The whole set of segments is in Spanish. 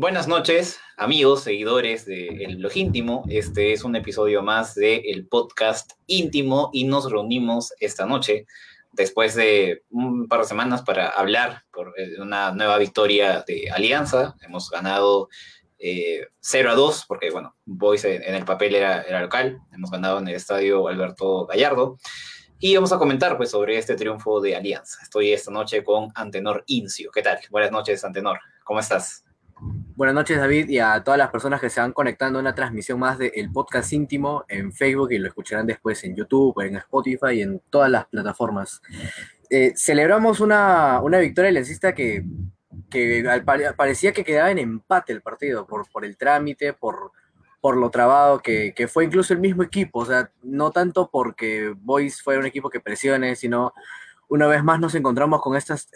Buenas noches, amigos, seguidores de El Blog Íntimo. Este es un episodio más del podcast íntimo y nos reunimos esta noche después de un par de semanas para hablar por una nueva victoria de Alianza. Hemos ganado 0-2 porque, bueno, Boys en el papel era local. Hemos ganado en el estadio Alberto Gallardo. Y vamos a comentar pues, sobre este triunfo de Alianza. Estoy esta noche con Antenor Incio. ¿Qué tal? Buenas noches, Antenor. ¿Cómo estás? Buenas noches, David, y a todas las personas que se van conectando a una transmisión más del podcast íntimo en Facebook y lo escucharán después en YouTube, en Spotify y en todas las plataformas. Celebramos una victoria aliancista que parecía que quedaba en empate el partido por el trámite, por lo trabado que fue incluso el mismo equipo. O sea, no tanto porque Boys fuera un equipo que presione, sino una vez más nos encontramos con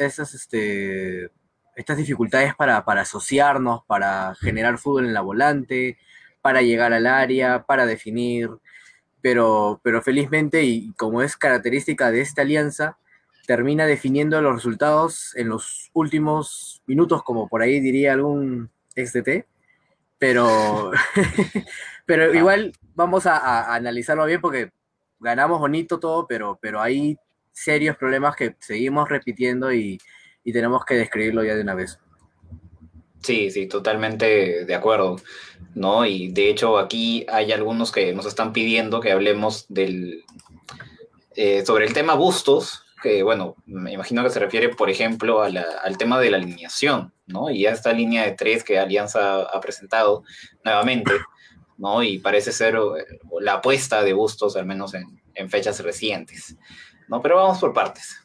estas dificultades para asociarnos, para generar fútbol en la volante, para llegar al área, para definir, pero felizmente, y como es característica de esta alianza, termina definiendo los resultados en los últimos minutos, como por ahí diría algún ex DT, pero, pero Ajá. igual vamos a analizarlo bien porque ganamos bonito todo, pero hay serios problemas que seguimos repitiendo y tenemos que describirlo ya de una vez. Sí, sí, totalmente de acuerdo, ¿no? Y de hecho aquí hay algunos que nos están pidiendo que hablemos sobre el tema Bustos, que bueno, me imagino que se refiere, por ejemplo, al tema de la alineación, ¿no? Y a esta línea de tres que Alianza ha presentado nuevamente, ¿no? Y parece ser la apuesta de Bustos, al menos en fechas recientes, ¿no? Pero vamos por partes.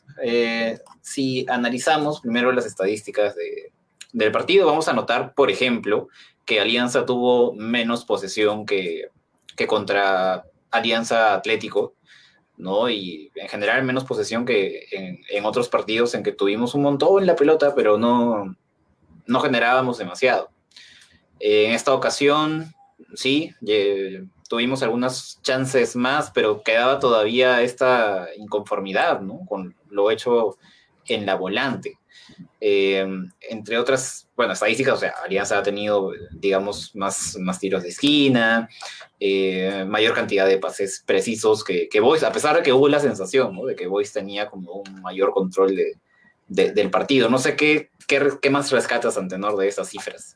Si analizamos primero las estadísticas del partido, vamos a notar, por ejemplo, que Alianza tuvo menos posesión que contra Alianza Atlético, ¿no? Y en general menos posesión que en otros partidos en que tuvimos un montón en la pelota, pero no generábamos demasiado. En esta ocasión, sí, tuvimos algunas chances más, pero quedaba todavía esta inconformidad, ¿no? Con lo hecho en la volante. Eh, Entre otras, bueno, estadísticas, o sea, Alianza ha tenido, digamos, más tiros de esquina, mayor cantidad de pases precisos que Boys, a pesar de que hubo la sensación, ¿no? De que Boys tenía como un mayor control del partido. No sé qué más rescatas, Antenor, de esas cifras.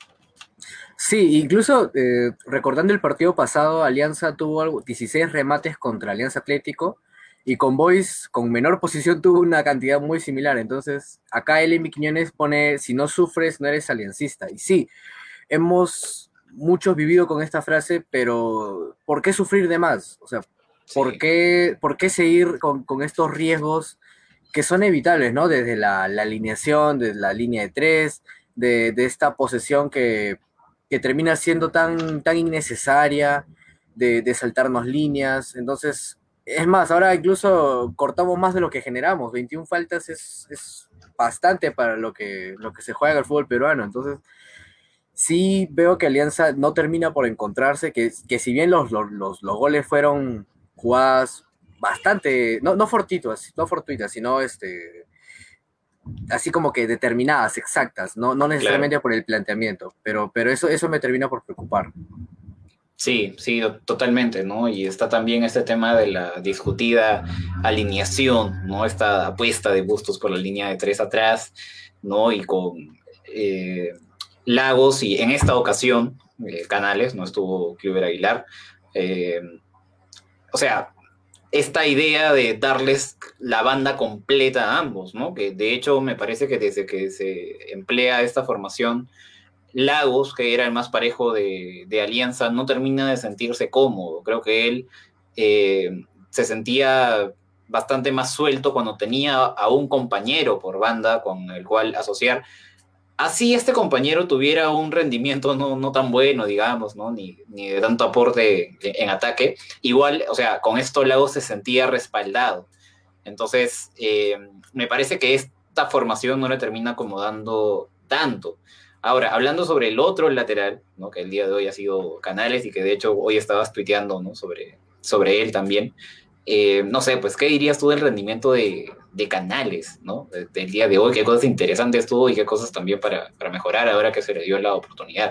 Sí, incluso recordando el partido pasado, Alianza tuvo 16 remates contra Alianza Atlético y con Boys, con menor posición, tuvo una cantidad muy similar. Entonces, acá Eli Quiñones pone, si no sufres, no eres aliancista. Y sí, hemos muchos vivido con esta frase, pero ¿por qué sufrir de más? O sea, Sí, por qué seguir con estos riesgos que son evitables, ¿no? Desde la alineación, desde la línea de tres, de esta posesión que termina siendo tan innecesaria, de saltarnos líneas. Entonces, es más, ahora incluso cortamos más de lo que generamos. 21 faltas es bastante para lo que se juega en el fútbol peruano. Entonces, sí veo que Alianza no termina por encontrarse, que si bien los goles fueron jugadas bastante, no fortuitas, sino así como que determinadas, exactas, no claro. necesariamente por el planteamiento, pero eso me termina por preocupar. Sí, sí, totalmente, ¿no? Y está también este tema de la discutida alineación, ¿no? Esta apuesta de Bustos por la línea de tres atrás, ¿no? Y con Lagos y en esta ocasión Canales, no estuvo Kluber Aguilar. Eh, o sea, esta idea de darles la banda completa a ambos, ¿no? Que de hecho me parece que desde que se emplea esta formación Lagos, que era el más parejo de Alianza, no termina de sentirse cómodo. Creo que él eh, se sentía bastante más suelto cuando tenía a un compañero por banda con el cual asociar. Así este compañero tuviera un rendimiento no tan bueno, digamos, ¿no? Ni de tanto aporte en ataque. Igual, o sea, con esto Lagos se sentía respaldado. Entonces, me parece que esta formación no le termina acomodando tanto. Ahora, hablando sobre el otro lateral, ¿no? Que el día de hoy ha sido Canales y que de hecho hoy estabas tuiteando, ¿no? sobre él también. No sé, pues, ¿qué dirías tú del rendimiento de Canales, ¿no? Del día de hoy, qué cosas interesantes tuvo y qué cosas también para mejorar ahora que se le dio la oportunidad.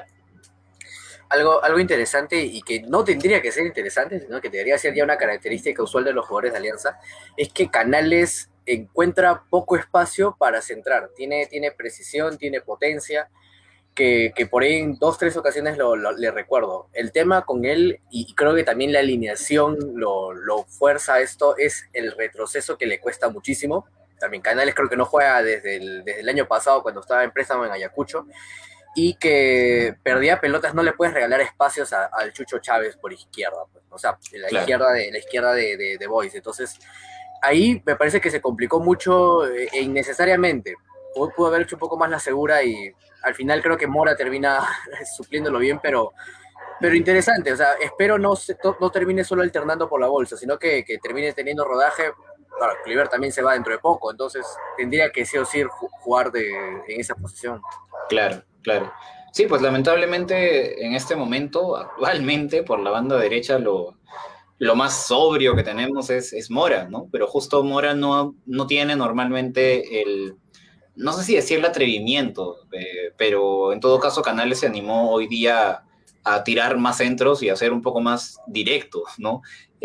Algo interesante y que no tendría que ser interesante, sino que debería ser ya una característica usual de los jugadores de Alianza, es que Canales encuentra poco espacio para centrar. Tiene precisión, tiene potencia, que por ahí en dos, tres ocasiones le recuerdo. El tema con él, y creo que también la alineación lo fuerza esto, es el retroceso que le cuesta muchísimo. También Canales creo que no juega desde el año pasado cuando estaba en préstamo en Ayacucho y que perdía pelotas, no le puedes regalar espacios al Chucho Chávez por izquierda, pues, o sea, Claro. la izquierda de Boys. Entonces, ahí me parece que se complicó mucho e innecesariamente. Pudo haber hecho un poco más la segura y al final creo que Mora termina supliéndolo bien, pero interesante. O sea, espero no termine solo alternando por la bolsa, sino que termine teniendo rodaje. Claro, Cliver también se va dentro de poco, entonces tendría que sí o sí jugar en esa posición. Claro, claro. Sí, pues lamentablemente en este momento, actualmente, por la banda derecha, lo más sobrio que tenemos es Mora, ¿no? Pero justo Mora no tiene normalmente no sé si decir el atrevimiento, pero en todo caso Canales se animó hoy día a tirar más centros y a ser un poco más directo, ¿no?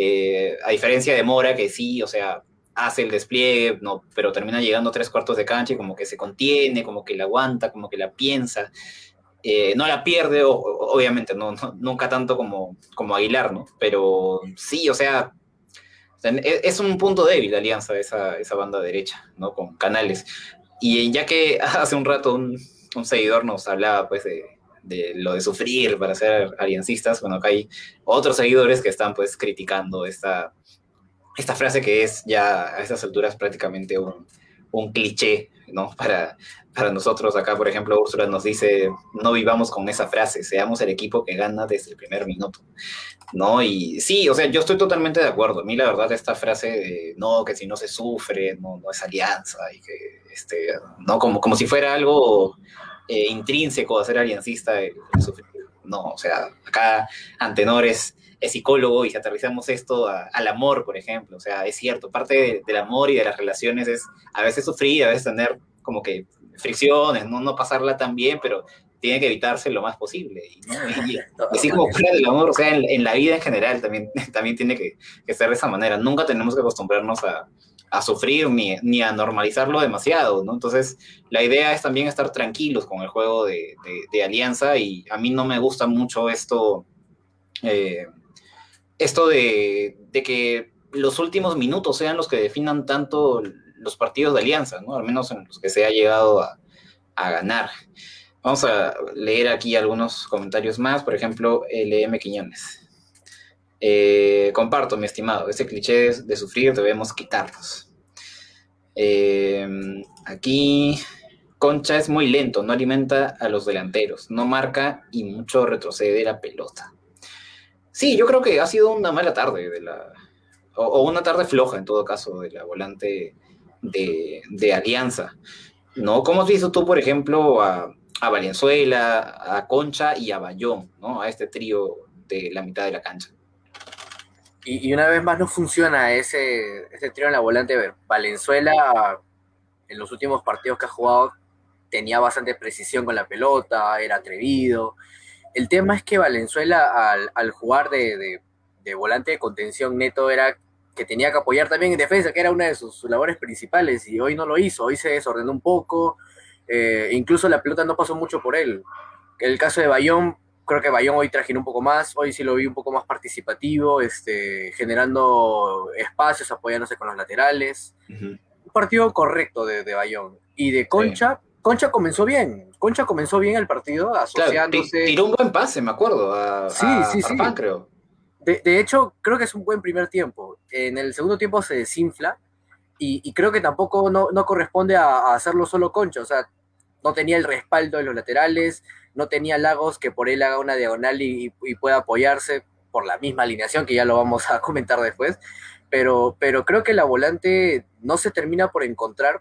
A diferencia de Mora, que sí, o sea, hace el despliegue, no, pero termina llegando a tres cuartos de cancha y como que se contiene, como que la aguanta, como que la piensa, no la pierde, obviamente, nunca tanto como Aguilar, ¿no? Pero sí, o sea, es un punto débil la Alianza, esa banda derecha, ¿no? Con Canales. Y ya que hace un rato un seguidor nos hablaba, pues, de lo de sufrir para ser aliancistas, bueno, acá hay otros seguidores que están, pues, criticando esta frase que es ya a estas alturas prácticamente un cliché, ¿no? Para nosotros acá, por ejemplo, Úrsula nos dice, no vivamos con esa frase, seamos el equipo que gana desde el primer minuto, ¿no? Y sí, o sea, yo estoy totalmente de acuerdo. A mí la verdad esta frase de, no, que si no se sufre, no es alianza, y que, no, como si fuera algo intrínseco de ser aliancista el sufrir. No, o sea, acá Antenor es psicólogo y si aterrizamos esto al amor, por ejemplo, o sea, es cierto, parte del amor y de las relaciones es a veces sufrir, a veces tener como que fricciones, no pasarla tan bien, pero tiene que evitarse lo más posible, ¿no? Y así como fuera del amor, o sea, en la vida en general también tiene que ser de esa manera. Nunca tenemos que acostumbrarnos a sufrir ni a normalizarlo demasiado, ¿no? Entonces, la idea es también estar tranquilos con el juego de Alianza y a mí no me gusta mucho eh, esto de que los últimos minutos sean los que definan tanto los partidos de Alianza, ¿no? Al menos en los que se ha llegado a ganar. Vamos a leer aquí algunos comentarios más, por ejemplo, LM Quiñones. Comparto, mi estimado, ese cliché de sufrir debemos quitarlos. Aquí, Concha es muy lento, no alimenta a los delanteros, no marca y mucho retrocede la pelota. Sí, yo creo que ha sido una mala tarde o una tarde floja en todo caso de la volante de Alianza, ¿no? ¿Cómo has visto tú, por ejemplo, a Valenzuela, a Concha y a Bayón, ¿no? A este trío de la mitad de la cancha. Y una vez más no funciona ese trío en la volante. A ver, Valenzuela en los últimos partidos que ha jugado tenía bastante precisión con la pelota, era atrevido. El tema es que Valenzuela al jugar de volante de contención neto era que tenía que apoyar también en defensa, que era una de sus labores principales, y hoy no lo hizo, hoy se desordenó un poco, incluso la pelota no pasó mucho por él. El caso de Bayón, creo que Bayón hoy trajinó un poco más, hoy sí lo vi un poco más participativo, generando espacios, apoyándose con los laterales. Uh-huh. Un partido correcto de Bayón. Y de Concha, sí. Concha comenzó bien el partido, asociándose. Claro, tiró un buen pase, me acuerdo, sí, Farfán, sí. creo. De hecho, creo que es un buen primer tiempo. En el segundo tiempo se desinfla y creo que tampoco no corresponde a hacerlo solo Concha. O sea, no tenía el respaldo de los laterales, no tenía Lagos que por él haga una diagonal y pueda apoyarse por la misma alineación, que ya lo vamos a comentar después. Pero creo que la volante no se termina por encontrar.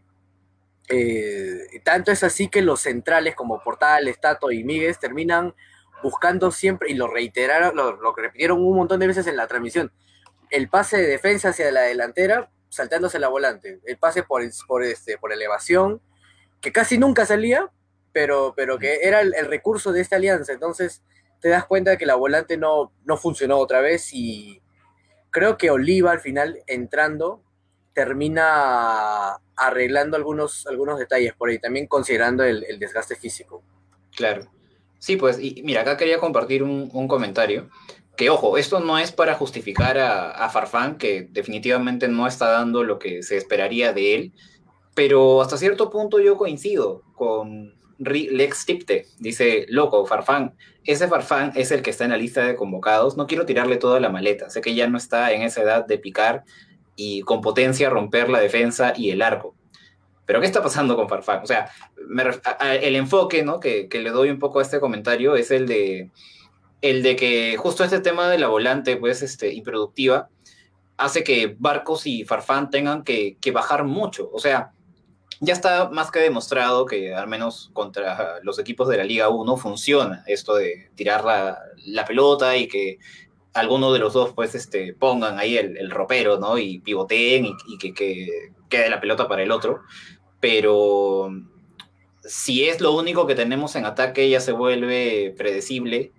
Tanto es así que los centrales como Portales, Tato y Míguez terminan buscando siempre, y lo reiteraron, lo repitieron un montón de veces en la transmisión, el pase de defensa hacia la delantera, saltándose la volante, el pase por elevación, que casi nunca salía, pero que era el recurso de esta alianza. Entonces te das cuenta que la volante no funcionó otra vez y creo que Oliva al final entrando termina arreglando algunos detalles por ahí, también considerando el desgaste físico. Claro. Sí, pues, y mira, acá quería compartir un comentario. Que ojo, esto no es para justificar a Farfán, que definitivamente no está dando lo que se esperaría de él, pero hasta cierto punto yo coincido con Lex Tipte. Dice, loco, Farfán, ese Farfán es el que está en la lista de convocados, no quiero tirarle toda la maleta, sé que ya no está en esa edad de picar y con potencia romper la defensa y el arco. Pero ¿qué está pasando con Farfán? O sea, el enfoque, ¿no? que le doy un poco a este comentario es el de que justo este tema de la volante, pues, improductiva, hace que Barcos y Farfán tengan que bajar mucho. O sea, ya está más que demostrado que al menos contra los equipos de la Liga 1 funciona esto de tirar la pelota y que alguno de los dos pues pongan ahí el ropero, ¿no? Y pivoteen y que quede la pelota para el otro. Pero si es lo único que tenemos en ataque ya se vuelve predecible.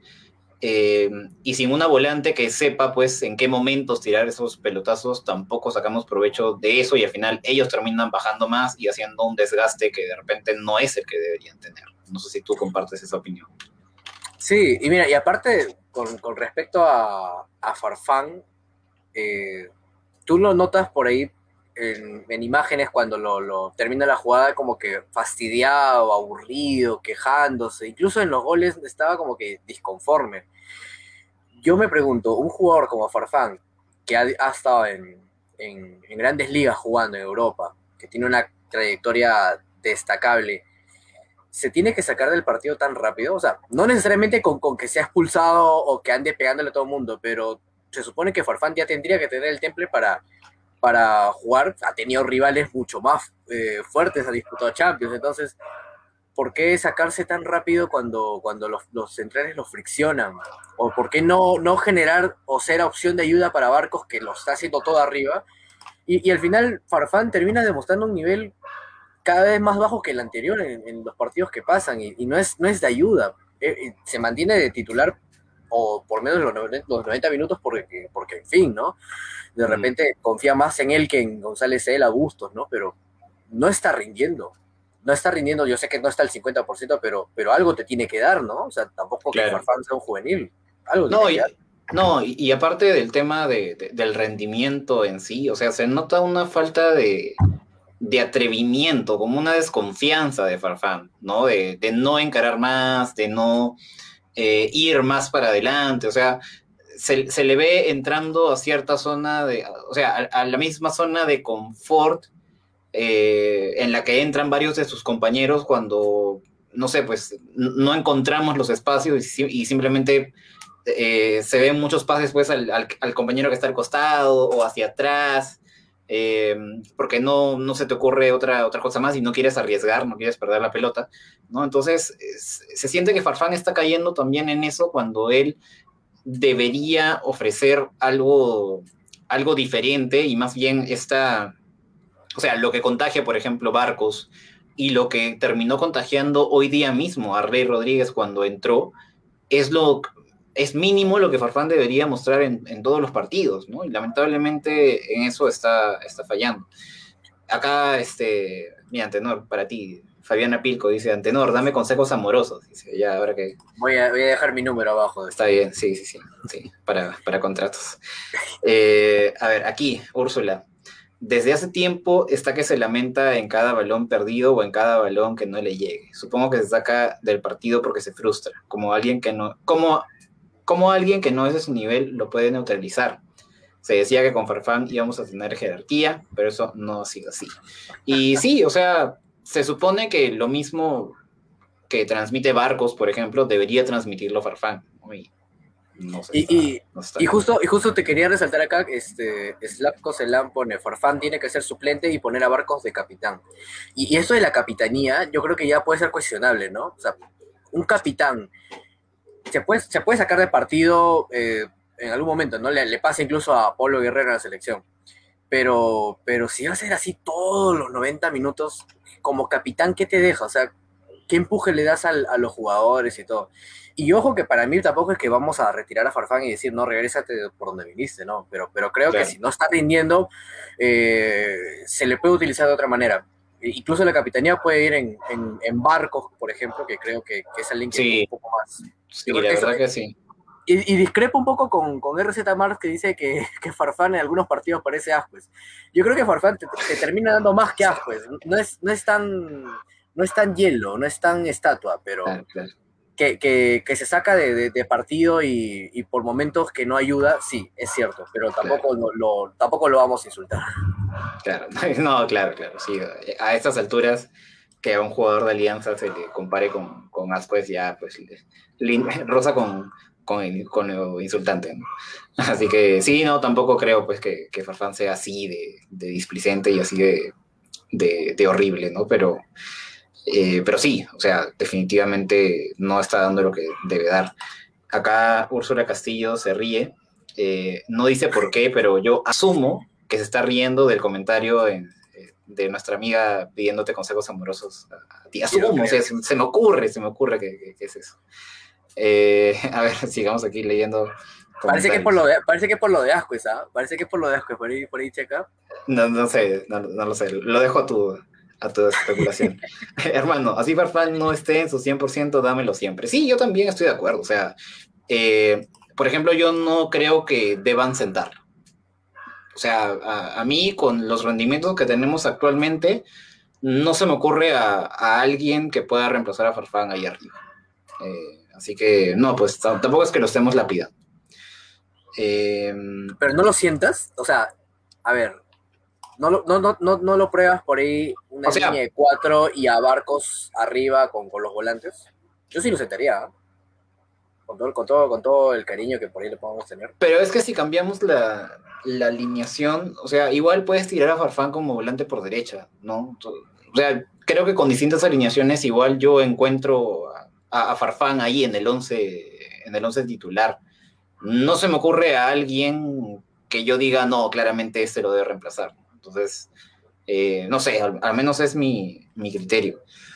Y sin una volante que sepa pues en qué momentos tirar esos pelotazos, tampoco sacamos provecho de eso y al final ellos terminan bajando más y haciendo un desgaste que de repente no es el que deberían tener. No sé si tú compartes esa opinión. Sí, y mira, y aparte, con respecto a Farfán, tú lo notas por ahí en imágenes cuando lo termina la jugada como que fastidiado, aburrido, quejándose, incluso en los goles estaba como que disconforme. Yo me pregunto, un jugador como Farfán, que ha estado en grandes ligas jugando en Europa, que tiene una trayectoria destacable, se tiene que sacar del partido tan rápido, o sea, no necesariamente con que sea expulsado o que ande pegándole a todo el mundo, pero se supone que Farfán ya tendría que tener el temple para jugar, ha tenido rivales mucho más fuertes, ha disputado Champions, entonces, ¿por qué sacarse tan rápido cuando los centrales los friccionan? ¿O por qué no generar o ser opción de ayuda para Barcos que lo está haciendo todo arriba? Y al final Farfán termina demostrando un nivel cada vez más bajo que el anterior en los partidos que pasan y no es de ayuda. Se mantiene de titular o por menos los 90 minutos porque, en fin, ¿no? De repente confía más en él que en González a Bustos, ¿no? Pero no está rindiendo. No está rindiendo, yo sé que no está al 50%, pero algo te tiene que dar, ¿no? O sea, tampoco que Claro. Farfán sea un juvenil. Algo No, tiene que dar. no, y aparte del tema del rendimiento en sí, o sea, se nota una falta de atrevimiento, como una desconfianza de Farfán, ¿no? De no encarar más, de no ir más para adelante, o sea, se le ve entrando a cierta zona o sea, a la misma zona de confort en la que entran varios de sus compañeros cuando, no sé, pues no encontramos los espacios y simplemente se ven muchos pases pues al compañero que está al costado o hacia atrás, porque no se te ocurre otra cosa más y no quieres arriesgar, no quieres perder la pelota, ¿no? Entonces se siente que Farfán está cayendo también en eso cuando él debería ofrecer algo diferente y más bien o sea, lo que contagia, por ejemplo, Barcos y lo que terminó contagiando hoy día mismo a Rey Rodríguez cuando entró, es mínimo lo que Farfán debería mostrar en todos los partidos, ¿no? Y lamentablemente en eso está fallando. Acá, mira, Antenor, para ti, Fabiana Pilco dice, Antenor, dame consejos amorosos. Dice, ya, ahora que... Voy a dejar mi número abajo. Está bien, sí, para contratos. A ver, aquí, Úrsula. Desde hace tiempo está que se lamenta en cada balón perdido o en cada balón que no le llegue. Supongo que se saca del partido porque se frustra, como alguien que no es de su nivel lo puede neutralizar. Se decía que con Farfán íbamos a tener jerarquía, pero eso no ha sido así. Y sí, o sea, se supone que lo mismo que transmite Barcos, por ejemplo, debería transmitirlo Farfán. Uy, no sé. Y justo te quería resaltar acá, Slavko Selan pone, Farfán tiene que ser suplente y poner a Barcos de capitán. Y eso de la capitanía, yo creo que ya puede ser cuestionable, ¿no? O sea, un capitán se puede sacar de partido en algún momento, ¿no? Le pasa incluso a Pablo Guerrero en la selección. Pero si va a ser así todos los 90 minutos, como capitán, ¿qué te deja? O sea, ¿qué empuje le das a los jugadores y todo? Y ojo que para mí tampoco es que vamos a retirar a Farfán y decir, no, regrésate por donde viniste, ¿no? Pero creo que Claro. si no está rindiendo, se le puede utilizar de otra manera. Incluso la capitanía puede ir en Barcos, por ejemplo, que creo que es alguien que es un Sí, poco más. sí, Yo creo la que eso, verdad que sí. y discrepo un poco con RZ Mars que dice que Farfán en algunos partidos parece Ascuez. Yo creo que Farfán te termina dando más que Ascuez. No es tan hielo, no es tan estatua, pero Claro, claro, que se saca de partido y por momentos que no ayuda, sí, es cierto, pero claro, tampoco lo vamos a insultar. claro. No, claro, claro, sí. A estas alturas, que a un jugador de Alianza se le compare con Ascuez, ya, pues, rosa con lo insultante, ¿no? Así que sí, no, tampoco creo, pues, que Farfán sea así de displicente y así de horrible, ¿no? Pero sí, o sea, definitivamente no está dando lo que debe dar. Acá Úrsula Castillo se ríe, no dice por qué, pero yo asumo que se está riendo del comentario de nuestra amiga pidiéndote consejos amorosos a ti. Yo Asumo, o creo sea, que se me ocurre que es eso. A ver, sigamos aquí leyendo comentarios. parece que es por lo de Ascuez, ¿ah? Parece que es por lo de Ascuez, por ahí checa. No, no sé, no, no lo sé, lo dejo a tu especulación. Hermano, así Farfán no esté en su 100%, dámelo siempre. Sí, yo también estoy de acuerdo, o sea, por ejemplo, yo no creo que deban sentar. O sea, a mí con los rendimientos que tenemos actualmente, no se me ocurre a alguien que pueda reemplazar a Farfán ahí arriba. Así que no, pues tampoco es que lo estemos lapidando. Eh, Pero no lo sientas, o sea, a ver, no lo pruebas por ahí una o línea sea, de cuatro y a Barcos arriba con los volantes. Yo sí lo sentaría, ¿ah? Con todo el cariño que por ahí le podemos tener. pero es que si cambiamos la alineación, o sea, igual puedes tirar a Farfán como volante por derecha, ¿no? O sea, creo que con distintas alineaciones igual yo encuentro a Farfán ahí en el once titular. No se me ocurre a alguien que yo diga, no, claramente este lo debe reemplazar. Entonces, no sé, al menos es mi criterio.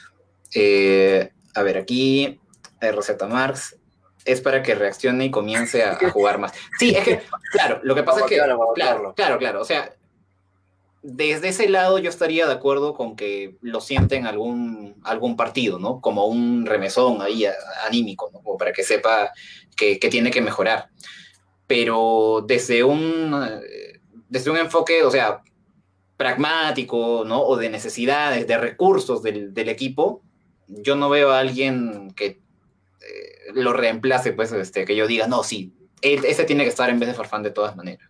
A ver, aquí, Rosetta Marx es para que reaccione y comience a jugar más. Sí, es que, claro, lo que pasa es que, Para claro, motivarlo. claro, claro, o sea, desde ese lado yo estaría de acuerdo con que lo sienten algún partido, ¿no? Como un remesón ahí anímico, ¿no? Como para que sepa que tiene que mejorar. Pero desde un enfoque, o sea, pragmático, ¿no? O de necesidades, de recursos del equipo, yo no veo a alguien que lo reemplace, pues, que yo diga, no, sí, ese tiene que estar en vez de Farfán de todas maneras.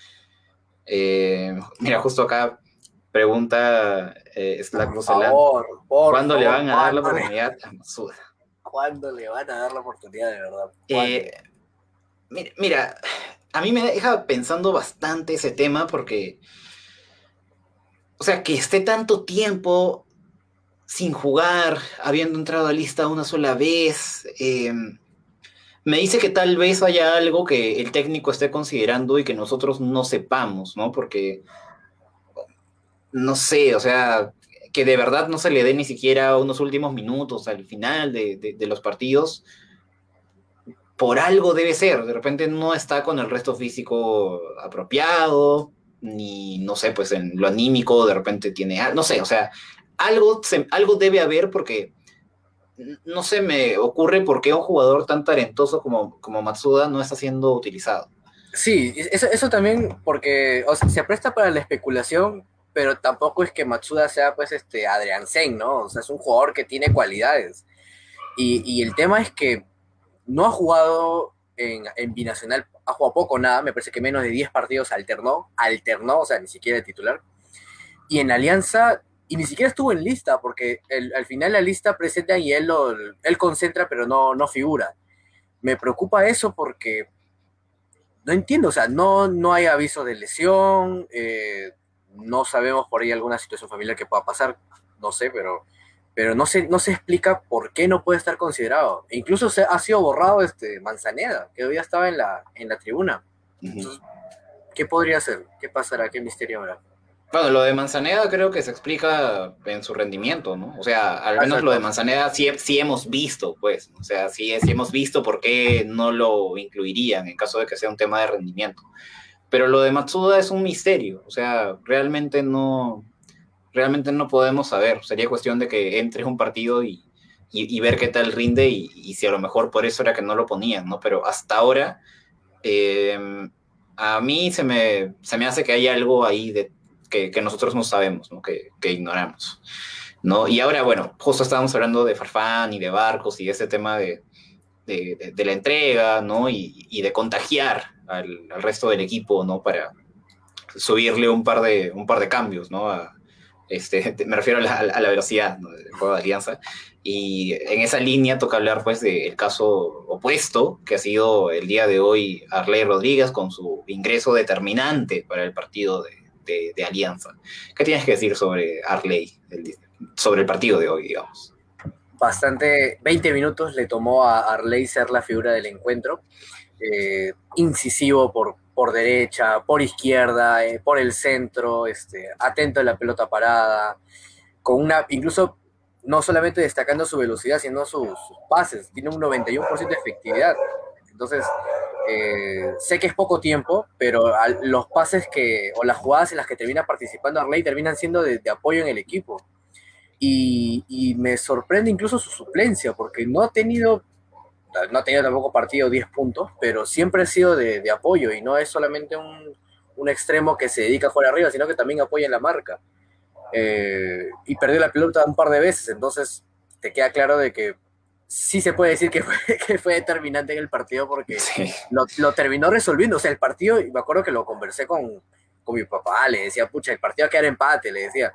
Mira, justo acá pregunta Slack Por Roseland, favor, por ¿cuándo le favor, van a dar la oportunidad a Matsuda? ¿cuándo le van a dar la oportunidad de verdad? Eh, ¿Cuándo? mira, a mí me deja pensando bastante ese tema porque, o sea, que esté tanto tiempo sin jugar, habiendo entrado a lista una sola vez, me dice que tal vez haya algo que el técnico esté considerando y que nosotros no sepamos, ¿no? Porque, no sé, o sea, que de verdad no se le dé ni siquiera unos últimos minutos al final de los partidos, por algo debe ser. De repente no está con el resto físico apropiado, ni, no sé, pues en lo anímico de repente tiene, no sé, o sea, algo debe haber porque no se me ocurre por qué un jugador tan talentoso como Matsuda no está siendo utilizado. Sí, eso también porque o sea, se presta para la especulación, pero tampoco es que Matsuda sea pues Adrián Sen, ¿no? O sea, es un jugador que tiene cualidades. Y el tema es que no ha jugado en Binacional, ha jugado poco, nada, me parece que menos de 10 partidos alternó, o sea, ni siquiera el titular. Y en Alianza, y ni siquiera estuvo en lista, porque al final la lista presenta y él concentra, pero no figura. Me preocupa eso porque no entiendo, o sea, no hay aviso de lesión, no sabemos por ahí alguna situación familiar que pueda pasar, no sé, pero pero no se explica por qué no puede estar considerado. E incluso ha sido borrado Manzaneda, que hoy ya estaba en la tribuna. Ujú. Entonces, ¿qué podría ser? ¿Qué pasará? ¿Qué misterio habrá? Bueno, lo de Manzaneda creo que se explica en su rendimiento, ¿no? O sea, al menos lo de Exacto. Manzaneda sí hemos visto, pues, ¿no? O sea, sí hemos visto por qué no lo incluirían en caso de que sea un tema de rendimiento. Pero lo de Matsuda es un misterio, o sea, realmente no podemos saber. Sería cuestión de que entre un partido y ver qué tal rinde y si a lo mejor por eso era que no lo ponían, ¿no? Pero hasta ahora, eh, a mí se me hace que hay algo ahí que nosotros no sabemos, ¿no? Que ignoramos, ¿no? Y ahora, bueno, justo estábamos hablando de Farfán y de Barcos y de ese tema de la entrega, ¿no? Y de contagiar al resto del equipo, ¿no? Para subirle un par de cambios, ¿no? Me refiero a la velocidad, ¿no? Del juego de Alianza. Y en esa línea toca hablar pues del caso opuesto, que ha sido el día de hoy Arley Rodríguez con su ingreso determinante para el partido de Alianza. ¿Qué tienes que decir sobre Arley, sobre el partido de hoy, digamos? Bastante, 20 minutos le tomó a Arley ser la figura del encuentro. Incisivo por derecha, por izquierda, por el centro, atento a la pelota parada, incluso no solamente destacando su velocidad, sino sus pases. Tiene un 91% de efectividad. Entonces, sé que es poco tiempo, pero los pases o las jugadas en las que termina participando Arley terminan siendo de apoyo en el equipo. Y me sorprende incluso su suplencia, porque no ha tenido tampoco partido 10 puntos, pero siempre ha sido de apoyo y no es solamente un extremo que se dedica a jugar arriba, sino que también apoya en la marca. Y perdió la pelota un par de veces, entonces te queda claro de que sí se puede decir que fue, que fue determinante en el partido porque Sí, lo terminó resolviendo. O sea, el partido, me acuerdo que lo conversé con mi papá, le decía, pucha, el partido va a quedar empate, le decía,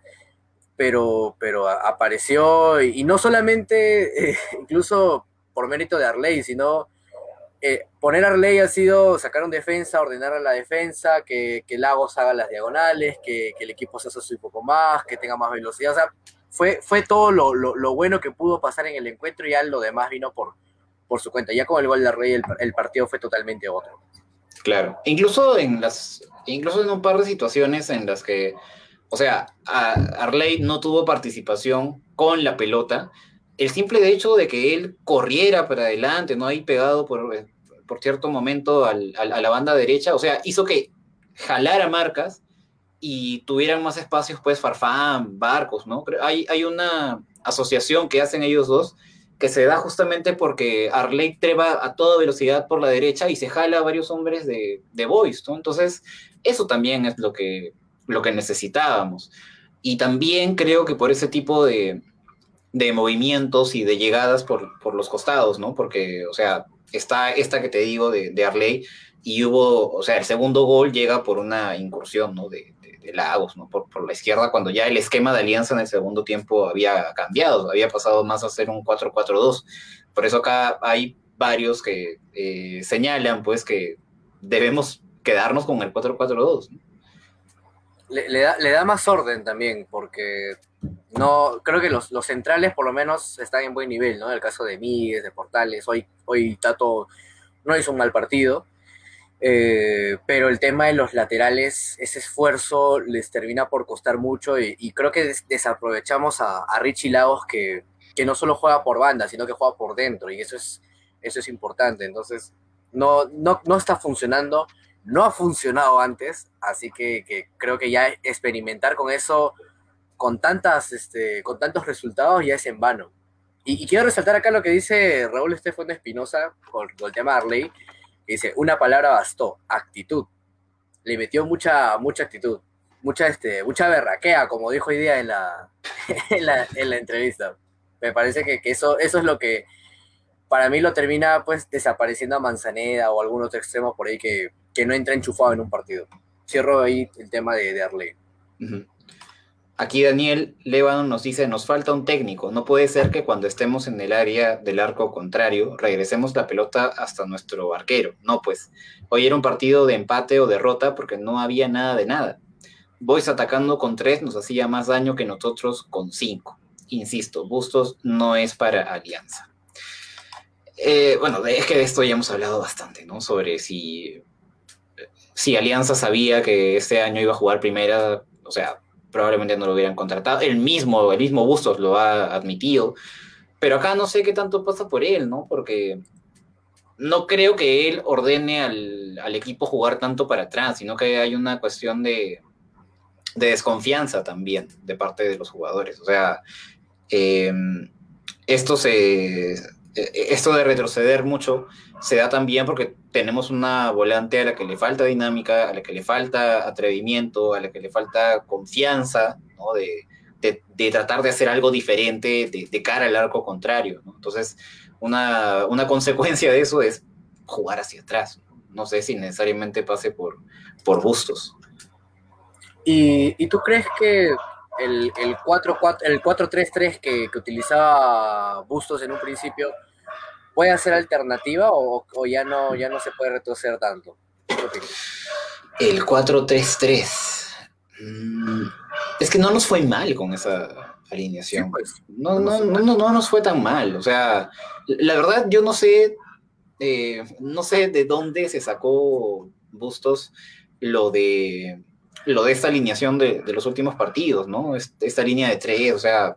pero apareció y no solamente, incluso por mérito de Arley, sino poner a Arley ha sido sacar un defensa, ordenar a la defensa, que Lagos haga las diagonales, que el equipo se asocie un poco más, que tenga más velocidad. O sea, fue todo lo bueno que pudo pasar en el encuentro y ya lo demás vino por su cuenta. Ya con el gol de Arley el partido fue totalmente otro. claro. Incluso en un par de situaciones en las que, o sea, Arley no tuvo participación con la pelota. El simple hecho de que él corriera para adelante, no ahí pegado por cierto momento a la banda derecha, o sea, hizo que jalara marcas y tuvieran más espacios, pues Farfán, Barcos, ¿no? Hay una asociación que hacen ellos dos que se da justamente porque Arley trepa a toda velocidad por la derecha y se jala a varios hombres de Boys, ¿no? Entonces, eso también es lo que necesitábamos. Y también creo que por ese tipo de movimientos y de llegadas por los costados, ¿no? Porque, o sea, está esta que te digo de Arley y o sea, el segundo gol llega por una incursión, ¿no? De Lagos, ¿no? Por la izquierda, cuando ya el esquema de Alianza en el segundo tiempo había cambiado, había pasado más a ser un 4-4-2. Por eso acá hay varios que señalan, pues, que debemos quedarnos con el 4-4-2, ¿no? Le da más orden también, porque no creo que los centrales por lo menos están en buen nivel, ¿no? En el caso de Míguez, de Portales, hoy Tato no hizo un mal partido, pero el tema de los laterales, ese esfuerzo les termina por costar mucho y creo que desaprovechamos a Richie Lagos que no solo juega por banda, sino que juega por dentro y eso es importante. Entonces, no está funcionando, no ha funcionado antes, así que creo que ya experimentar con eso, con tantos resultados, ya es en vano. Y quiero resaltar acá lo que dice Raúl Estefano Espinosa con el tema de Arley, que dice, una palabra bastó, actitud. Le metió mucha actitud, mucha berraquea, como dijo hoy día en la entrevista. Me parece que eso es lo que para mí lo termina pues desapareciendo a Manzaneda o algún otro extremo por ahí que no entra enchufado en un partido. Cierro ahí el tema de Arley. Uh-huh. Aquí Daniel Lébano nos dice, nos falta un técnico, no puede ser que cuando estemos en el área del arco contrario regresemos la pelota hasta nuestro arquero. No, pues, hoy era un partido de empate o derrota porque no había nada de nada. Boys atacando con 3 nos hacía más daño que nosotros con 5. insisto, Bustos no es para Alianza. Bueno, es que de esto ya hemos hablado bastante, ¿no? Sobre si Alianza sabía que este año iba a jugar primera, o sea, probablemente no lo hubieran contratado. El mismo Bustos lo ha admitido, pero acá no sé qué tanto pasa por él, ¿no? Porque no creo que él ordene al equipo jugar tanto para atrás, sino que hay una cuestión de desconfianza también de parte de los jugadores. O sea, eh, esto esto de retroceder mucho se da también porque tenemos una volante a la que le falta dinámica, a la que le falta atrevimiento, a la que le falta confianza, ¿no? De tratar de hacer algo diferente de cara al arco contrario, ¿no? Entonces, una consecuencia de eso es jugar hacia atrás. No sé si necesariamente pase por Bustos. ¿Y tú crees que el 4-4, el 4-3-3 que utilizaba Bustos en un principio puede ser alternativa o ya no se puede retroceder tanto? ¿Qué opinas? El 4-3-3. Es que no nos fue mal con esa Sí, alineación. pues, No, no no, fue no, mal. no nos fue tan mal. O sea, la verdad yo no sé de dónde se sacó Bustos lo de, lo de esta alineación de los últimos partidos, ¿no? Esta línea de tres, o sea,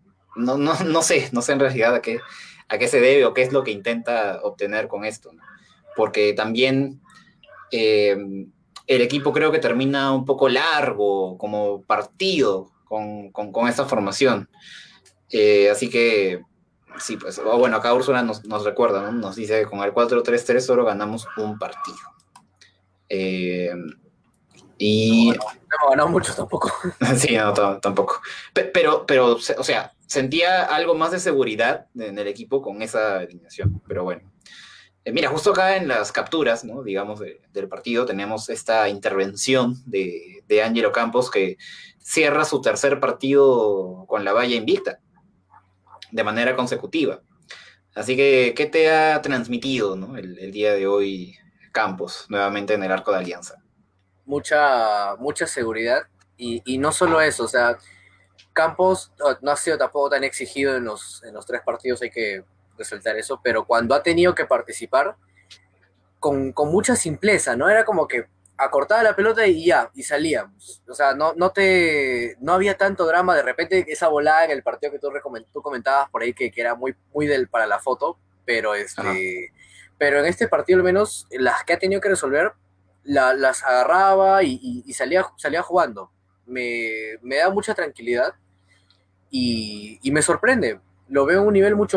no sé en realidad a qué se debe o qué es lo que intenta obtener con esto, ¿no? Porque también eh, el equipo creo que termina un poco largo como partido con esta formación. Así que, sí, pues, bueno, acá Úrsula nos recuerda, ¿no? Nos dice que con el 4-3-3 solo ganamos un partido. Eh, y No hemos ganado mucho tampoco. sí, no, tampoco. Pero, o sea, sentía algo más de seguridad en el equipo con esa alineación, pero bueno. Mira, justo acá en las capturas, ¿no? Digamos, del partido, tenemos esta intervención de Ángelo Campos que cierra su tercer partido con la valla invicta de manera consecutiva. Así que, ¿qué te ha transmitido, ¿no? El día de hoy Campos, nuevamente en el arco de Alianza? Mucha seguridad y no solo eso, o sea, Campos no ha sido tampoco tan exigido en los tres partidos, hay que resaltar eso, pero cuando ha tenido que participar, con mucha simpleza, ¿no? Era como que acortaba la pelota y ya, y salíamos. O sea, no había tanto drama. De repente, esa volada en el partido que tú comentabas por ahí, que era muy para la foto, pero Ajá. pero en este partido al menos, las que ha tenido que resolver, las agarraba y salía jugando. Me da mucha tranquilidad y me sorprende. Lo veo en un nivel mucho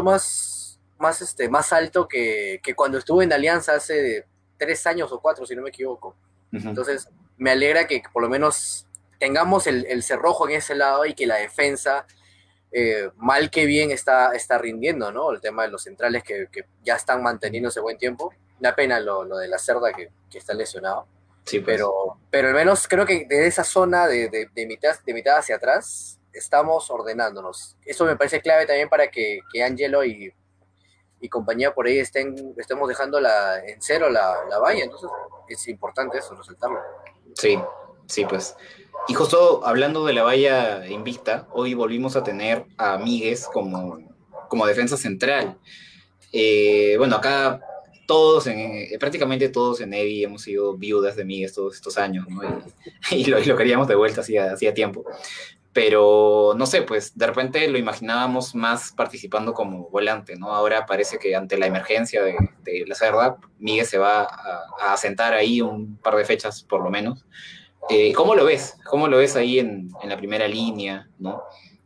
más alto que cuando estuve en Alianza hace 3 años o 4, si no me equivoco. Uh-huh. Entonces, me alegra que por lo menos tengamos el cerrojo en ese lado y que la defensa, mal que bien, está rindiendo, ¿no? El tema de los centrales que ya están manteniéndose buen tiempo. Una pena lo de la Cerda que está lesionado. Sí, pues. Pero al menos creo que de esa zona de mitad hacia atrás estamos ordenándonos. Eso me parece clave también para que Angelo y compañía por ahí estemos dejando en cero la valla. Entonces es importante eso, resaltarlo. Sí, sí, pues. Y justo hablando de la valla invicta, hoy volvimos a tener a Míguez como defensa central. Bueno, acá prácticamente todos en Evi hemos sido viudas de Míguez todos estos años, ¿no? Y lo queríamos de vuelta hacía tiempo. Pero no sé, pues de repente lo imaginábamos más participando como volante, ¿no? Ahora parece que ante la emergencia de la Cerda, Miguel se va a asentar ahí un par de fechas por lo menos. ¿Cómo lo ves? ¿Cómo lo ves ahí en la primera línea, ¿no?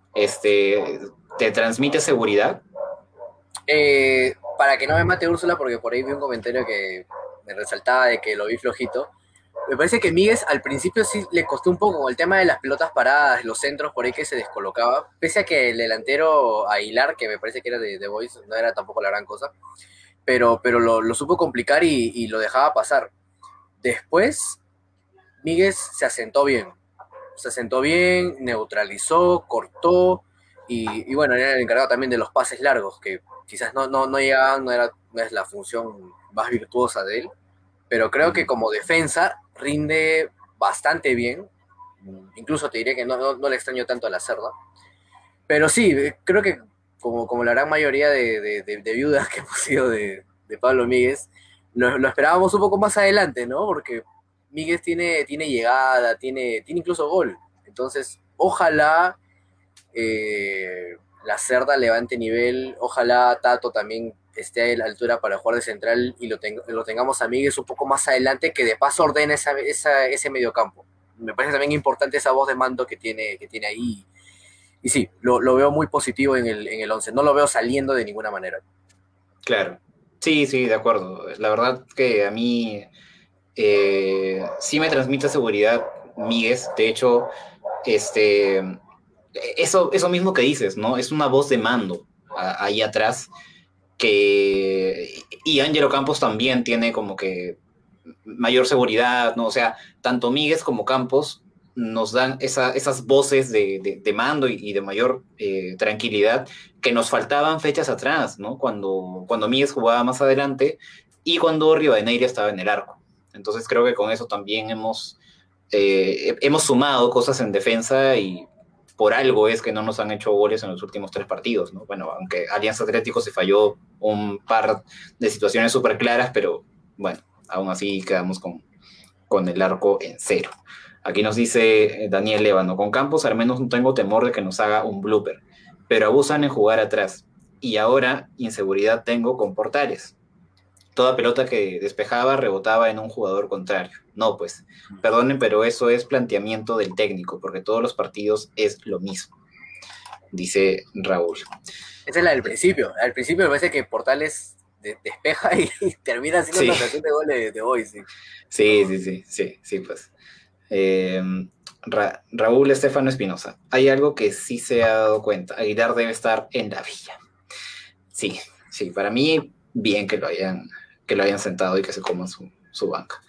¿Te transmite seguridad? Para que no me mate Úrsula, porque por ahí vi un comentario que me resaltaba de que lo vi flojito. Me parece que Míguez al principio sí le costó un poco con el tema de las pelotas paradas, los centros por ahí que se descolocaba, pese a que el delantero Aguilar, que me parece que era de Boys, no era tampoco la gran cosa, pero lo supo complicar y lo dejaba pasar. Después, Míguez se asentó bien, neutralizó, cortó y bueno, era el encargado también de los pases largos, que quizás no llegaban, no es la función más virtuosa de él, pero creo que como defensa rinde bastante bien. Incluso te diré que no le extraño tanto a la Cerda. Pero sí, creo que como la gran mayoría de viudas que hemos sido de Pablo Míguez, lo esperábamos un poco más adelante, ¿no? Porque Míguez tiene llegada, tiene incluso gol. Entonces, ojalá la Cerda levante nivel, ojalá Tato también esté a la altura para jugar de central y lo tengamos a Míguez un poco más adelante, que de paso ordene ese mediocampo. Me parece también importante esa voz de mando que tiene ahí. Y sí, lo veo muy positivo en el 11. No lo veo saliendo de ninguna manera. Claro. Sí, sí, de acuerdo. La verdad que a mí sí me transmite seguridad Míguez. De hecho, este, eso mismo que dices, ¿no? Es una voz de mando ahí atrás y Ángelo Campos también tiene como que mayor seguridad, ¿no? O sea, tanto Míguez como Campos nos dan esas voces de mando y de mayor tranquilidad que nos faltaban fechas atrás, ¿no? Cuando Míguez jugaba más adelante y cuando Rivadeneira estaba en el arco. Entonces creo que con eso también hemos sumado cosas en defensa y por algo es que no nos han hecho goles en los últimos 3 partidos, ¿no? Bueno, aunque Alianza Atlético se falló un par de situaciones súper claras, pero bueno, aún así quedamos con el arco en cero. Aquí nos dice Daniel Lévano, con Campos al menos no tengo temor de que nos haga un blooper, pero abusan en jugar atrás. Y ahora inseguridad tengo con Portales. Toda pelota que despejaba rebotaba en un jugador contrario. No, pues, perdonen, pero eso es planteamiento del técnico, porque todos los partidos es lo mismo, dice Raúl. Esa es la del principio. Al principio me parece que Portales despeja y termina haciendo una ocasión de gol de Boys. Sí, sí, sí, sí, sí, pues. Eh, Raúl Estefano Espinosa. Hay algo que sí se ha dado cuenta. Aguilar debe estar en la villa. Sí, sí, para mí, bien que lo hayan sentado y que se coman su banca.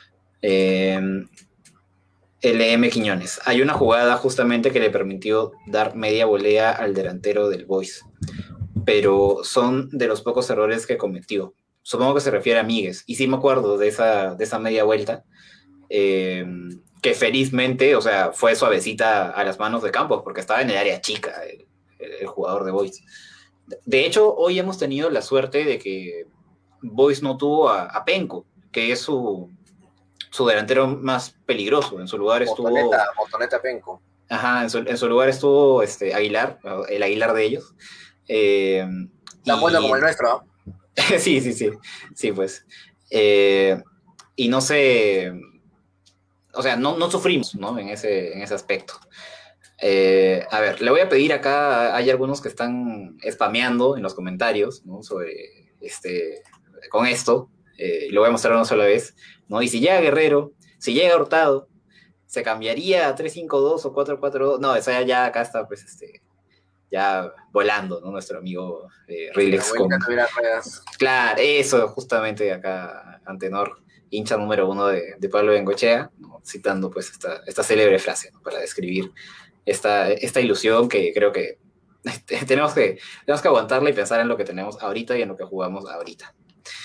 LM Quiñones. Hay una jugada justamente que le permitió dar media volea al delantero del Boys, pero son de los pocos errores que cometió. Supongo que se refiere a Míguez. Y sí me acuerdo de esa media vuelta, que felizmente, o sea, fue suavecita a las manos de Campos, porque estaba en el área chica el jugador de Boys. De hecho, hoy hemos tenido la suerte de que Boys no tuvo a Penco, que es su delantero más peligroso. En su lugar estuvo... Motoneta Penco. Ajá, en su lugar estuvo Aguilar, el Aguilar de ellos. Tan bueno como el nuestro, ¿no? Sí, sí, sí, sí, pues. Y no sé, o sea, no sufrimos, ¿no? En ese aspecto. A ver, le voy a pedir acá, hay algunos que están spameando en los comentarios, ¿no? Sobre, con esto, lo voy a mostrar una sola vez, ¿no? Y si llega Guerrero, si llega Hurtado, ¿se cambiaría a 3-5-2 o 4-4-2? No, esa ya acá está, pues, ya volando, ¿no? Nuestro amigo Rilex con... Claro, eso, justamente acá, Antenor, hincha número 1 de Pablo Bengochea, ¿no? Citando, pues, esta célebre frase, ¿no? Para describir esta ilusión que creo que tenemos que aguantarla y pensar en lo que tenemos ahorita y en lo que jugamos ahorita.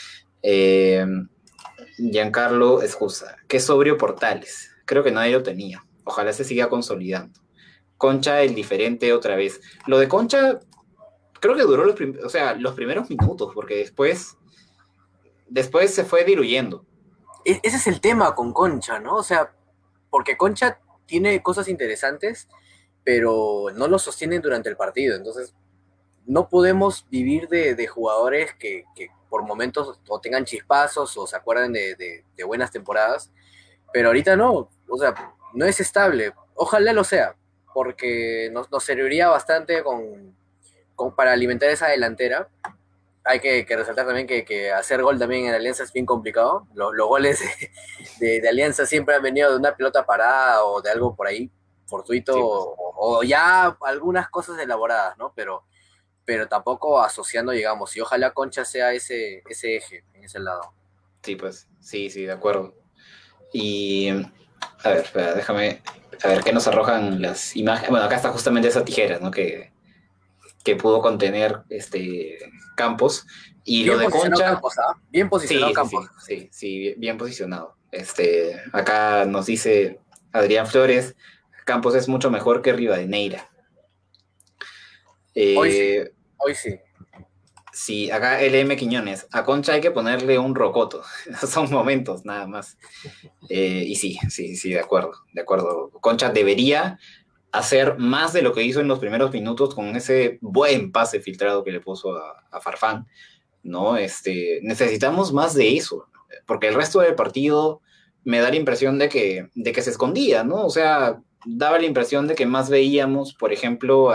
Giancarlo Escusa, qué sobrio Portales. Creo que nadie lo tenía. Ojalá se siga consolidando. Concha el diferente otra vez. Lo de Concha creo que duró los primeros minutos, porque después se fue diluyendo. Ese es el tema con Concha, ¿no? O sea, porque Concha tiene cosas interesantes, pero no lo sostienen durante el partido. Entonces, no podemos vivir de jugadores que por momentos o tengan chispazos o se acuerden de buenas temporadas, pero ahorita no. O sea, no es estable. Ojalá lo sea, porque nos serviría bastante para alimentar esa delantera. Hay que resaltar también que hacer gol también en Alianza es bien complicado. Los goles de Alianza siempre han venido de una pelota parada o de algo por ahí fortuito, Sí, o ya algunas cosas elaboradas, ¿no? Pero tampoco asociando, digamos, y ojalá Concha sea ese eje en ese lado. sí, pues, sí, sí, de acuerdo. Y, a ver, espera, déjame, a ver qué nos arrojan las imágenes. Bueno, acá está justamente esa tijera, ¿no? Que pudo contener Campos. Y Bien lo de posicionado Concha, Campos, ¿ah? Bien posicionado sí, sí, Campos. sí, sí, sí, bien posicionado. Acá nos dice Adrián Flores, Campos es mucho mejor que Rivadeneira. Hoy sí, Eh, hoy sí. sí, acá LM Quiñones, a Concha hay que ponerle un rocoto, son momentos nada más. Y sí, sí, sí, de acuerdo, de acuerdo. Concha debería hacer más de lo que hizo en los primeros minutos con ese buen pase filtrado que le puso a Farfán, ¿no? Necesitamos más de eso, porque el resto del partido me da la impresión de que se escondía, ¿no? O sea, daba la impresión de que más veíamos, por ejemplo,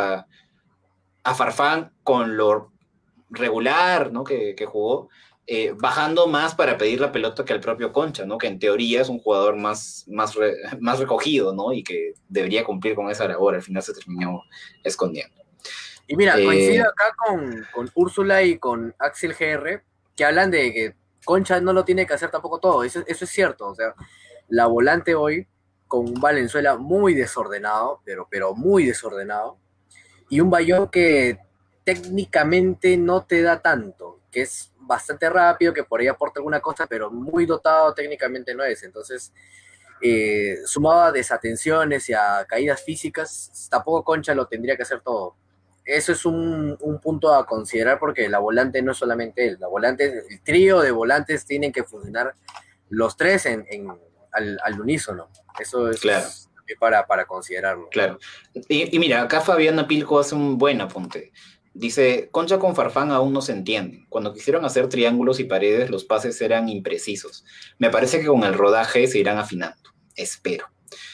a Farfán con lo regular, ¿no? Que jugó, bajando más para pedir la pelota que al propio Concha, ¿no? Que en teoría es un jugador más recogido, ¿no? Y que debería cumplir con esa labor. Al final se terminó escondiendo. Y mira, coincido Eh, acá con Úrsula y con Axel GR, que hablan de que Concha no lo tiene que hacer tampoco todo. Eso es cierto. O sea, la volante hoy, con un Valenzuela muy desordenado, pero muy desordenado, y un Bayón que técnicamente no te da tanto, que es bastante rápido, que por ahí aporta alguna cosa, pero muy dotado técnicamente no es. Entonces, sumado a desatenciones y a caídas físicas, tampoco Concha lo tendría que hacer todo. Eso es un punto a considerar porque la volante no es solamente él, la volante, el trío de volantes tienen que funcionar los tres al unísono. Eso claro, es para considerarlo. claro. Y mira, acá Fabiana Pilco hace un buen apunte. Dice, Concha con Farfán aún no se entienden. Cuando quisieron hacer triángulos y paredes, los pases eran imprecisos. Me parece que con el rodaje se irán afinando. Espero.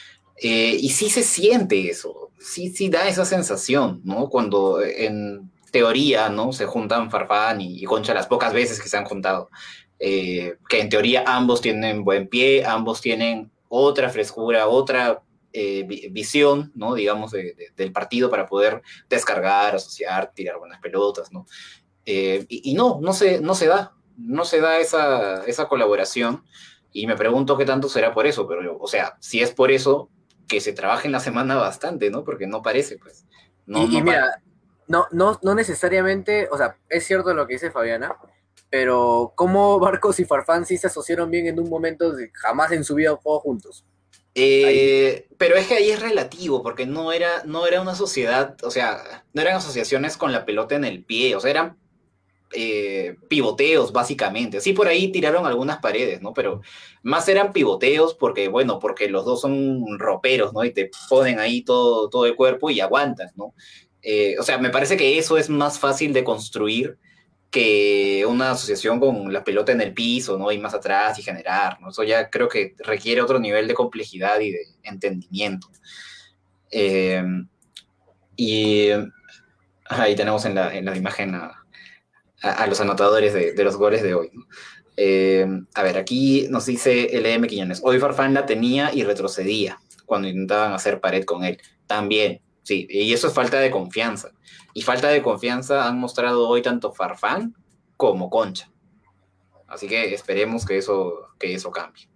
Y sí se siente eso, sí, sí da esa sensación, ¿no? Cuando en teoría, ¿no? Se juntan Farfán y Concha las pocas veces que se han juntado, que en teoría ambos tienen buen pie, ambos tienen otra frescura, otra visión, ¿no? Digamos, del partido para poder descargar, asociar, tirar buenas pelotas, ¿no? Y no, no se da esa colaboración. Y me pregunto qué tanto será por eso, pero, o sea, si es por eso, que se trabaje en la semana bastante, ¿no? Porque no parece, pues, no, Y no para. mira, no necesariamente, o sea, es cierto lo que dice Fabiana, pero ¿cómo Barcos y Farfán sí se asociaron bien en un momento de jamás en su vida han jugado juntos? Ahí, Pero es que ahí es relativo, porque no era una sociedad, o sea, no eran asociaciones con la pelota en el pie, o sea, eran pivoteos, básicamente. Sí, por ahí tiraron algunas paredes, ¿no? Pero más eran pivoteos porque, bueno, porque los dos son roperos, ¿no? Y te ponen ahí todo el cuerpo y aguantas, ¿no? O sea, me parece que eso es más fácil de construir que una asociación con la pelota en el piso, ¿no? Y más atrás y generar, ¿no? Eso ya creo que requiere otro nivel de complejidad y de entendimiento. Eh, y ahí tenemos en la imagen a los anotadores de los goles de hoy, ¿no? A ver, aquí nos dice LM Quiñones, hoy Farfán la tenía y retrocedía cuando intentaban hacer pared con él. También, sí, y eso es falta de confianza. Y falta de confianza han mostrado hoy tanto Farfán como Concha. Así que esperemos que eso cambie.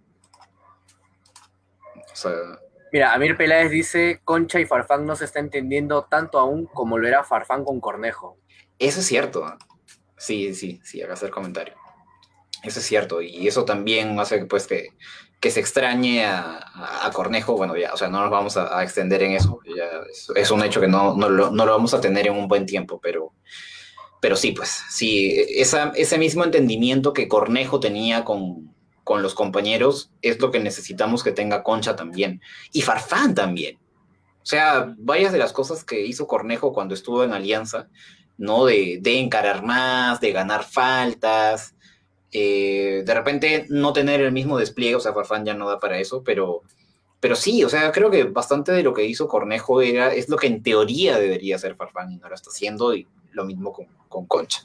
O sea, mira, Amir Peláez dice, Concha y Farfán no se está entendiendo tanto aún como lo era Farfán con Cornejo. eso es cierto, ¿eh? Sí, sí, sí, haga hacer comentario. Eso es cierto, y eso también hace pues que se extrañe a Cornejo. Bueno, ya, o sea, no nos vamos a extender en eso, ya es un hecho que no lo vamos a tener en un buen tiempo, pero sí, pues, sí, ese mismo entendimiento que Cornejo tenía con los compañeros es lo que necesitamos que tenga Concha también, y Farfán también. O sea, varias de las cosas que hizo Cornejo cuando estuvo en Alianza, ¿no? De encarar más, de ganar faltas, de repente no tener el mismo despliegue, o sea, Farfán ya no da para eso, pero sí, o sea, creo que bastante de lo que hizo Cornejo es lo que en teoría debería hacer Farfán y no lo está haciendo, y lo mismo con Concha.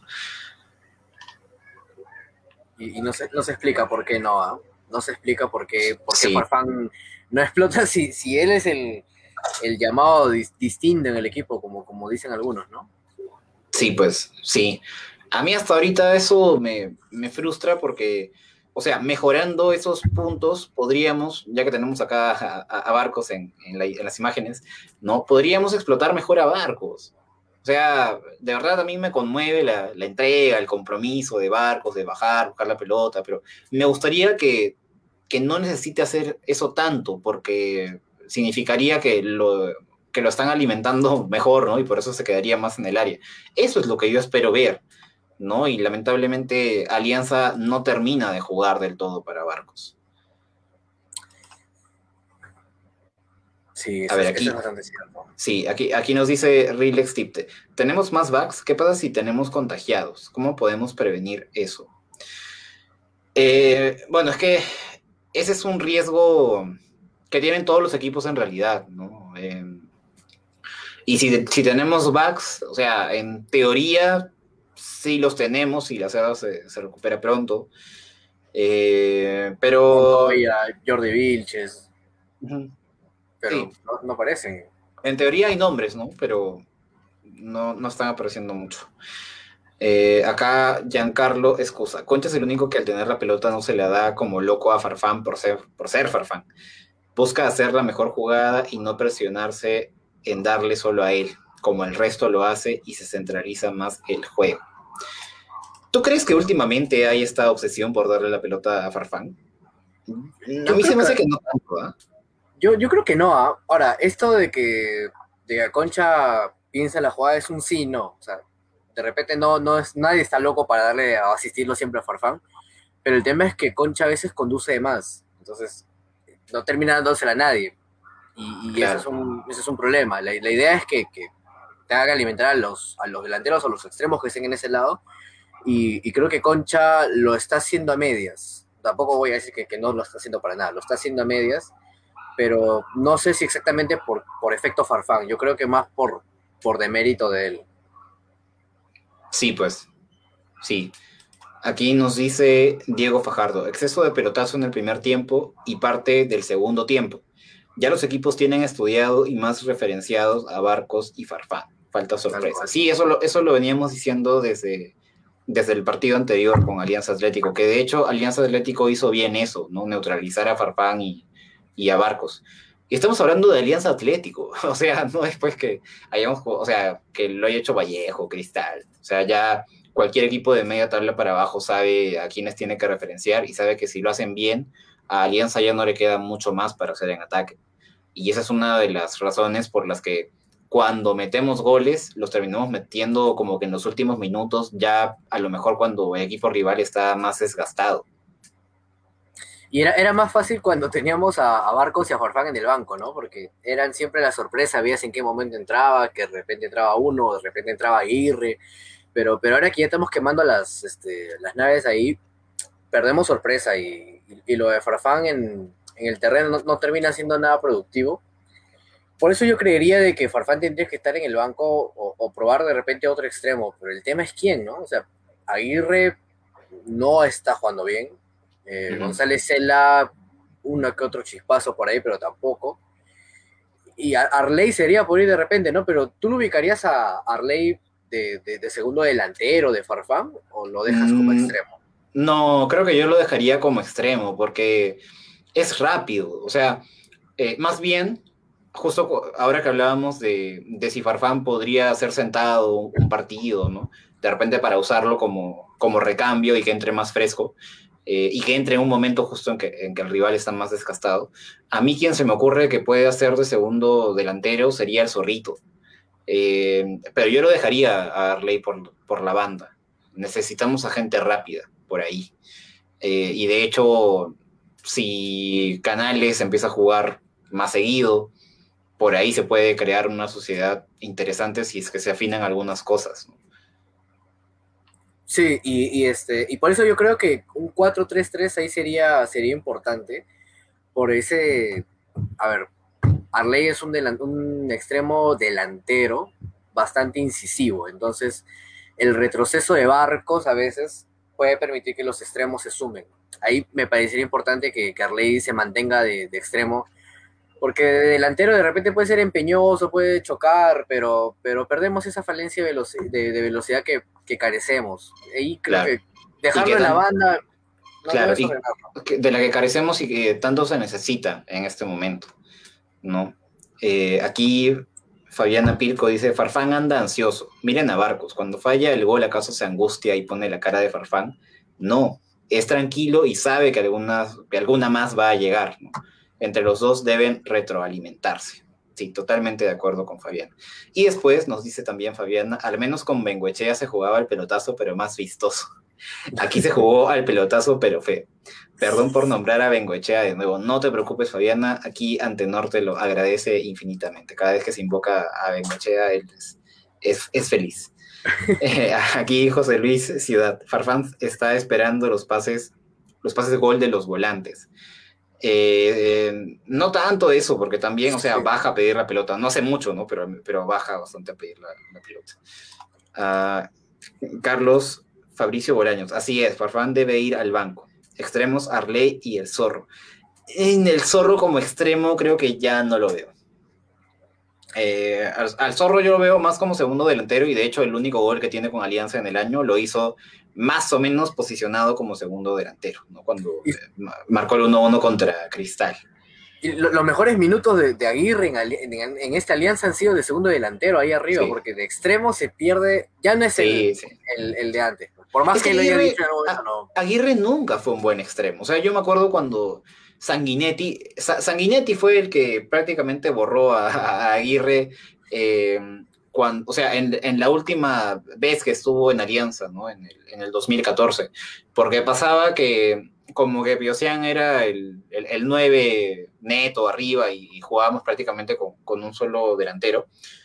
Y no se explica por qué no, ¿ah? No se explica por qué Sí, Farfán no explota si él es el llamado distinto en el equipo, como dicen algunos, ¿no? sí, pues, sí. A mí hasta ahorita eso me frustra porque, o sea, mejorando esos puntos, podríamos, ya que tenemos acá a Barcos en las imágenes, ¿no? Podríamos explotar mejor a Barcos. O sea, de verdad a mí me conmueve la entrega, el compromiso de Barcos, de bajar, buscar la pelota, pero me gustaría que no necesite hacer eso tanto, porque significaría que que lo están alimentando mejor, ¿no? Y por eso se quedaría más en el área. Eso es lo que yo espero ver, ¿no? Y lamentablemente Alianza no termina de jugar del todo para Barcos. Sí, A ver, eso es aquí, bastante cierto. sí, aquí nos dice Rilex Tipte. ¿Tenemos más bugs? ¿Qué pasa si tenemos contagiados? ¿Cómo podemos prevenir eso? Bueno, es que ese es un riesgo que tienen todos los equipos en realidad, ¿no? Y si tenemos bugs, o sea, en teoría sí los tenemos y la cerda se recupera pronto, pero Montoya, Jordi Vilches, ujú, pero sí, no parecen. en teoría hay nombres, ¿no? Pero no están apareciendo mucho. Acá Giancarlo excusa. Concha es el único que al tener la pelota no se le da como loco a Farfán por ser Farfán. Busca hacer la mejor jugada y no presionarse en darle solo a él, como el resto lo hace y se centraliza más el juego. ¿Tú crees que últimamente hay esta obsesión por darle la pelota a Farfán? A Yo mí se creo me que hace que no tanto, ¿ah? yo creo que no, ¿ah? Ahora, esto de que Concha piensa la jugada es un sí, no. O sea, de repente no es, nadie está loco para darle a asistirlo siempre a Farfán, pero el tema es que Concha a veces conduce de más. Entonces, no termina dándosela a nadie. Y Claro. ese es un problema. La idea es que te haga alimentar a los delanteros o los extremos que estén en ese lado. Y creo que Concha lo está haciendo a medias. Tampoco voy a decir que no lo está haciendo para nada. Lo está haciendo a medias, pero no sé si exactamente por efecto Farfán. Yo creo que más por demérito de él. Sí, pues, sí. Aquí nos dice Diego Fajardo, exceso de pelotazo en el primer tiempo y parte del segundo tiempo. Ya los equipos tienen estudiado y más referenciados a Barcos y Farfán. Falta Tal sorpresa. cual. Sí, eso lo veníamos diciendo desde el partido anterior con Alianza Atlético, que de hecho Alianza Atlético hizo bien eso, ¿no? Neutralizar a Farfán y a Barcos. Y estamos hablando de Alianza Atlético, o sea, no después que o sea, que lo haya hecho Vallejo, Cristal, o sea, ya cualquier equipo de media tabla para abajo sabe a quiénes tiene que referenciar y sabe que si lo hacen bien, a Alianza ya no le queda mucho más para hacer en ataque. Y esa es una de las razones por las que cuando metemos goles, los terminamos metiendo como que en los últimos minutos, ya a lo mejor cuando el equipo rival está más desgastado. Y era más fácil cuando teníamos a Barcos y a Farfán en el banco, ¿no? Porque eran siempre la sorpresa, veías en qué momento entraba, que de repente entraba uno, de repente entraba Aguirre, pero ahora que ya estamos quemando las naves ahí, perdemos sorpresa y lo de Farfán en el terreno no termina siendo nada productivo. Por eso yo creería de que Farfán tendría que estar en el banco o probar de repente otro extremo, pero el tema es quién, ¿no? O sea, Aguirre no está jugando bien, Ujú. González Cela, uno que otro chispazo por ahí, pero tampoco. Y Arley sería por ir de repente, ¿no? Pero ¿tú lo ubicarías a Arley de segundo delantero de Farfán o lo dejas como Mm, extremo? no, creo que yo lo dejaría como extremo porque es rápido, o sea, más bien, justo ahora que hablábamos de si Farfán podría ser sentado un partido, ¿no? De repente para usarlo como recambio y que entre más fresco, y que entre en un momento justo en que el rival está más desgastado. A mí quien se me ocurre que puede hacer de segundo delantero sería el Zorrito. Pero yo lo dejaría a Arley por la banda. Necesitamos a gente rápida por ahí. Y de hecho, si Canales empieza a jugar más seguido, por ahí se puede crear una sociedad interesante si es que se afinan algunas cosas, ¿no? Sí, y por eso yo creo que un 4-3-3 ahí sería importante, por ese, a ver, Arley es un extremo delantero bastante incisivo, entonces el retroceso de Barcos a veces puede permitir que los extremos se sumen. Ahí me parecería importante que Arley se mantenga de extremo, porque de delantero de repente puede ser empeñoso, puede chocar, pero perdemos esa falencia de velocidad que carecemos. Ahí creo Claro. que Y dejarlo que en la tan, banda no claro, es y ordenarlo. de la que carecemos y que tanto se necesita en este momento, ¿no? Aquí Fabiana Pilco dice, Farfán anda ansioso. Miren a Barcos, cuando falla el gol, ¿acaso se angustia y pone la cara de Farfán? No, es tranquilo y sabe que alguna más va a llegar, ¿no? Entre los dos deben retroalimentarse. Sí, totalmente de acuerdo con Fabián. Y después nos dice también Fabián, al menos con Bengoechea se jugaba al pelotazo, pero más vistoso. Aquí se jugó al pelotazo, pero feo. Perdón por nombrar a Bengoechea de nuevo. No te preocupes, Fabiana. Aquí Antenor te lo agradece infinitamente. Cada vez que se invoca a Bengoechea, él es feliz. Aquí José Luis Ciudad. Farfán está esperando los pases de gol de los volantes. No tanto eso, porque también, o sea, baja a pedir la pelota. No hace mucho, ¿no? Pero baja bastante a pedir la pelota. Carlos Fabricio Bolaños. Así es, Farfán debe ir al banco. Extremos, Arley y el Zorro. En el Zorro como extremo creo que ya no lo veo. Al Zorro yo lo veo más como segundo delantero y de hecho el único gol que tiene con Alianza en el año lo hizo más o menos posicionado como segundo delantero, ¿no? Cuando marcó el 1-1 contra Cristal. Y los mejores minutos de Aguirre en esta alianza han sido de segundo delantero ahí arriba, sí. Porque de extremo se pierde, ya no es sí. El de antes. Por más que lo haya dicho, no. Aguirre nunca fue un buen extremo. O sea, yo me acuerdo cuando Sanguinetti fue el que prácticamente borró a Aguirre o sea, en la última vez que estuvo en Alianza, ¿no? En el 2014. Porque pasaba que como que Biosian era el 9 neto arriba y jugábamos prácticamente con un solo delantero.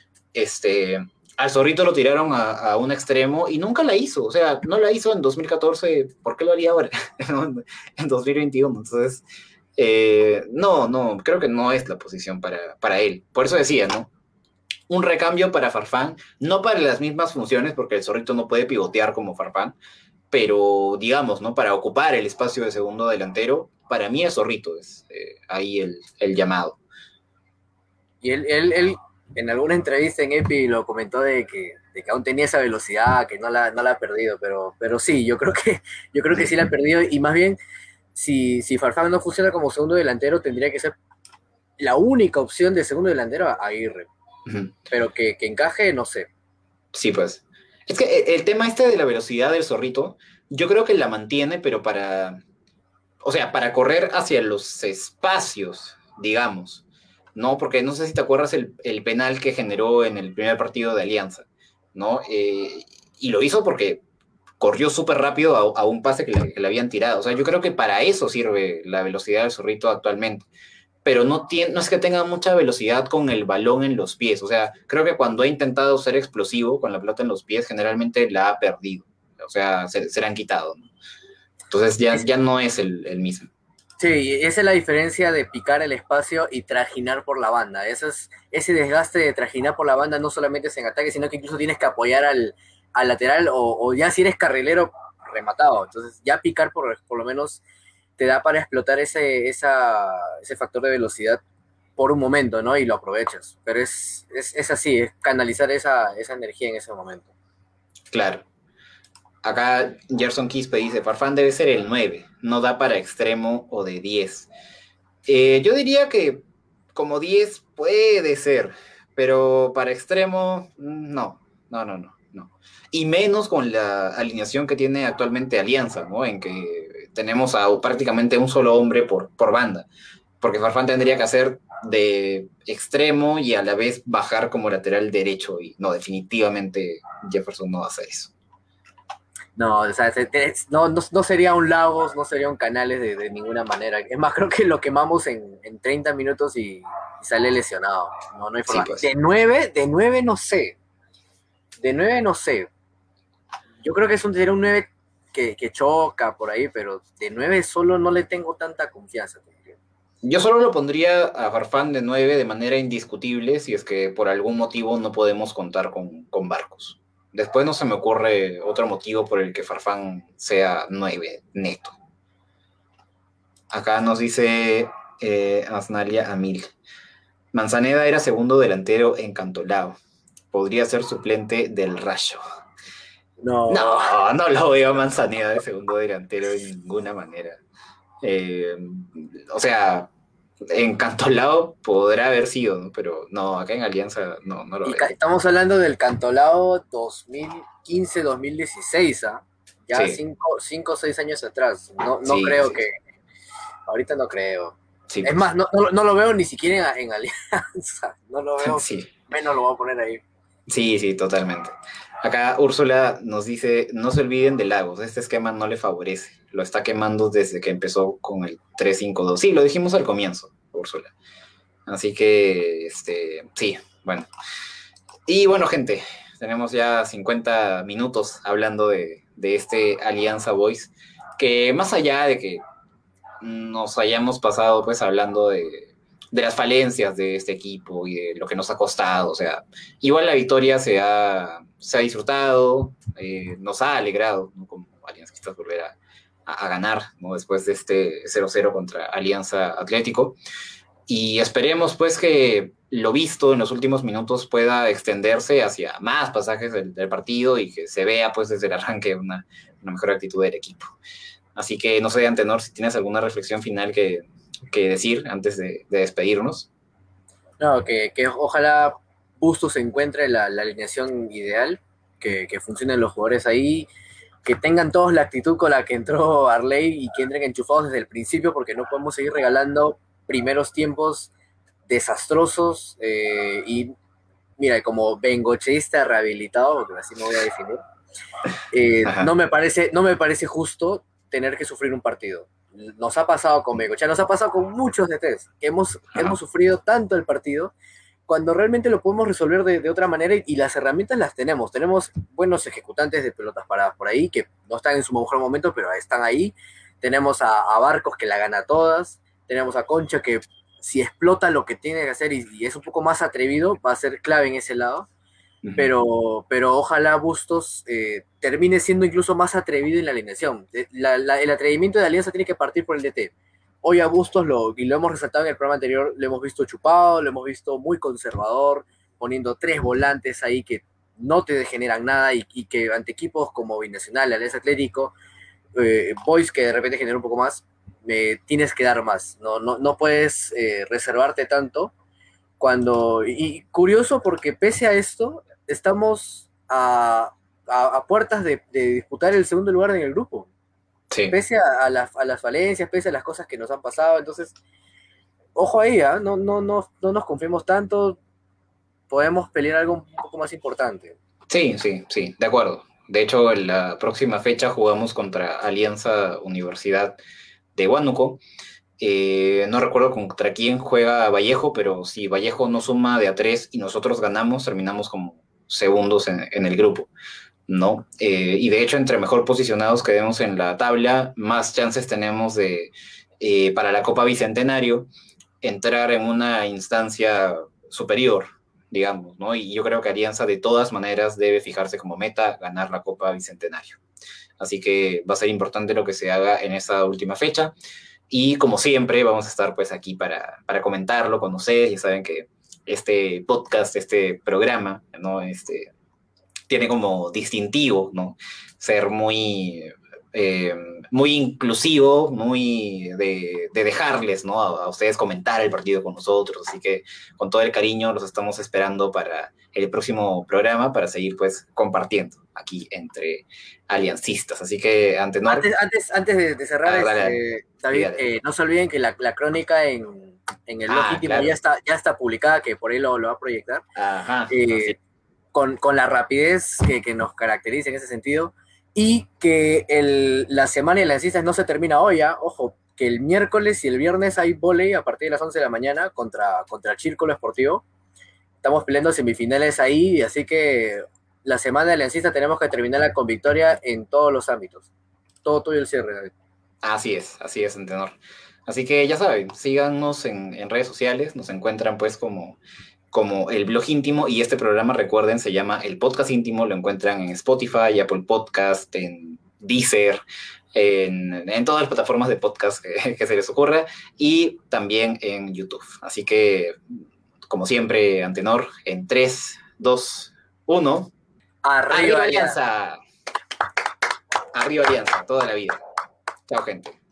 Al Zorrito lo tiraron a un extremo y nunca la hizo. O sea, no la hizo en 2014, ¿por qué lo haría ahora? En 2021. Entonces, no, creo que no es la posición para él. Por eso decía, ¿no? Un recambio para Farfán, no para las mismas funciones, porque el Zorrito no puede pivotear como Farfán, pero digamos, ¿no? Para ocupar el espacio de segundo delantero, para mí el Zorrito es ahí el llamado. Y él en alguna entrevista en EPI lo comentó de que aún tenía esa velocidad, que no la ha perdido, pero sí, yo creo que sí la ha perdido, y más bien, si Farfán no funciona como segundo delantero, tendría que ser la única opción de segundo delantero a Aguirre. Uh-huh. Pero que encaje, no sé. Sí, pues. Es que el tema de la velocidad del Zorrito, yo creo que la mantiene, pero para correr hacia los espacios, digamos, ¿no? Porque no sé si te acuerdas el penal que generó en el primer partido de Alianza, ¿no? Y lo hizo porque corrió súper rápido a un pase que le habían tirado. O sea, yo creo que para eso sirve la velocidad del Zorrito actualmente. Pero no es que tenga mucha velocidad con el balón en los pies. O sea, creo que cuando ha intentado ser explosivo con la pelota en los pies, generalmente la ha perdido. O sea, se la han quitado, ¿no? Entonces ya no es el mismo. Sí, esa es la diferencia de picar el espacio y trajinar por la banda. Ese desgaste de trajinar por la banda no solamente es en ataque, sino que incluso tienes que apoyar al lateral o ya si eres carrilero, rematado. Entonces ya picar por lo menos te da para explotar ese factor de velocidad por un momento, ¿no? Y lo aprovechas. Pero es así, es canalizar esa energía en ese momento. Claro. Acá Gerson Quispe dice, Farfán debe ser el 9, no da para extremo o de 10. Yo diría que como 10 puede ser, pero para extremo, no. Y menos con la alineación que tiene actualmente Alianza, ¿no? En que tenemos a prácticamente un solo hombre por banda, porque Farfán tendría que hacer de extremo y a la vez bajar como lateral derecho, y no, definitivamente Jefferson no va a hacer eso. No, o sea, no sería un Lagos, no sería un Canales de ninguna manera. Es más, creo que lo quemamos en 30 minutos y sale lesionado. No hay forma. Sí, pues. De 9 no sé. De 9 no sé. Yo creo que sería un 9 que choca por ahí, pero de 9 solo no le tengo tanta confianza. Yo solo lo pondría a Farfán de 9 de manera indiscutible si es que por algún motivo no podemos contar con Barcos. Después no se me ocurre otro motivo por el que Farfán sea 9 neto. Acá nos dice Asnalia Amil. Manzaneda era segundo delantero en Cantolao. Podría ser suplente del Rayo. No lo veo a Manzaneda de segundo delantero de ninguna manera. O sea, en Cantolao podrá haber sido, ¿no? Pero no, acá en Alianza no lo veo. Estamos hablando del Cantolao 2015-2016, ¿ah? Ya sí. 5 o 6 años atrás. No sí, creo sí. Que... Ahorita no creo. Sí, Es pues. más, no lo veo ni siquiera en Alianza. No lo veo, Sí, menos lo voy a poner ahí. sí, sí, totalmente. Acá Úrsula nos dice, no se olviden de Lagos, este esquema no le favorece, lo está quemando desde que empezó con el 3-5-2. Sí, lo dijimos al comienzo, Úrsula. Así que, sí, bueno. Y bueno, gente, tenemos ya 50 minutos hablando de este Alianza Boys, que más allá de que nos hayamos pasado pues hablando de las falencias de este equipo y de lo que nos ha costado, o sea, igual la victoria se ha disfrutado, nos ha alegrado, ¿no? Como aliancistas volver a ganar, ¿no? Después de este 0-0 contra Alianza Atlético. Y esperemos pues que lo visto en los últimos minutos pueda extenderse hacia más pasajes del partido y que se vea pues desde el arranque una mejor actitud del equipo. Así que no sé, Antenor, si tienes alguna reflexión final que decir antes de despedirnos. No, que ojalá Bustos encuentre la alineación ideal, que funcionen los jugadores ahí, que tengan todos la actitud con la que entró Arley y que entren enchufados desde el principio, porque no podemos seguir regalando primeros tiempos desastrosos. Y mira, como bengocheísta rehabilitado, porque así me voy a definir, Ajá. no me parece justo tener que sufrir un partido. Nos ha pasado con Bengochea, nos ha pasado con muchos DTs, que hemos Ajá. sufrido tanto el partido cuando realmente lo podemos resolver de otra manera y las herramientas las tenemos. Tenemos buenos ejecutantes de pelotas paradas por ahí, que no están en su mejor momento, pero están ahí. Tenemos a Barcos que la gana todas. Tenemos a Concha que si explota lo que tiene que hacer y es un poco más atrevido, va a ser clave en ese lado. Uh-huh. Pero ojalá Bustos termine siendo incluso más atrevido en la alineación. El atrevimiento de Alianza tiene que partir por el DT. Hoy a Bustos, y lo hemos resaltado en el programa anterior, lo hemos visto chupado, lo hemos visto muy conservador, poniendo 3 volantes ahí que no te generan nada y que ante equipos como Binacional, Alianza Atlético, Boys que de repente genera un poco más, tienes que dar más. No puedes reservarte tanto y curioso porque pese a esto, estamos a puertas de disputar el segundo lugar en el grupo. Sí. Pese a las falencias, pese a las cosas que nos han pasado. Entonces, ojo ahí, ¿eh? No nos confiemos tanto. Podemos pelear algo un poco más importante. Sí, sí, sí, de acuerdo. De hecho, en la próxima fecha jugamos contra Alianza Universidad de Huánuco. No recuerdo contra quién juega Vallejo, pero si Vallejo no suma de a 3 y nosotros ganamos, terminamos como segundos en el grupo, ¿no? Y de hecho, entre mejor posicionados quedemos en la tabla, más chances tenemos para la Copa Bicentenario, entrar en una instancia superior, digamos, ¿no? Y yo creo que Alianza de todas maneras debe fijarse como meta ganar la Copa Bicentenario. Así que va a ser importante lo que se haga en esa última fecha. Y como siempre, vamos a estar pues aquí para comentarlo con ustedes. Ya saben que este podcast, este programa, ¿no? Tiene como distintivo, ¿no? Ser eh, muy inclusivo, muy de dejarles, ¿no? A ustedes comentar el partido con nosotros. Así que con todo el cariño los estamos esperando para el próximo programa para seguir pues compartiendo aquí entre aliancistas. Así que, Antenor, Antes de cerrar, dale, dale, David, dígale. no se olviden que la crónica en el blog íntimo Claro. ya está publicada, que por ahí lo va a proyectar. Ajá, así. Eh, con la rapidez que nos caracteriza en ese sentido, y que la semana de lancistas no se termina hoy, ¿eh? Ojo, que el miércoles y el viernes hay volei a partir de las 11 de la mañana contra el Círculo Esportivo. Estamos peleando semifinales ahí, así que la semana de lancista tenemos que terminarla con victoria en todos los ámbitos. Todo tuyo el cierre, David. Así es, Antenor. Así que ya saben, síganos en redes sociales, nos encuentran pues como el blog íntimo y este programa, recuerden, se llama El Podcast Íntimo, lo encuentran en Spotify, Apple Podcast, en Deezer, en todas las plataformas de podcast que se les ocurra y también en YouTube. Así que, como siempre, Antenor, en 3, 2, 1, Arriba, ¡Arriba Alianza. Alianza! ¡Arriba Alianza! Toda la vida. Chao, gente.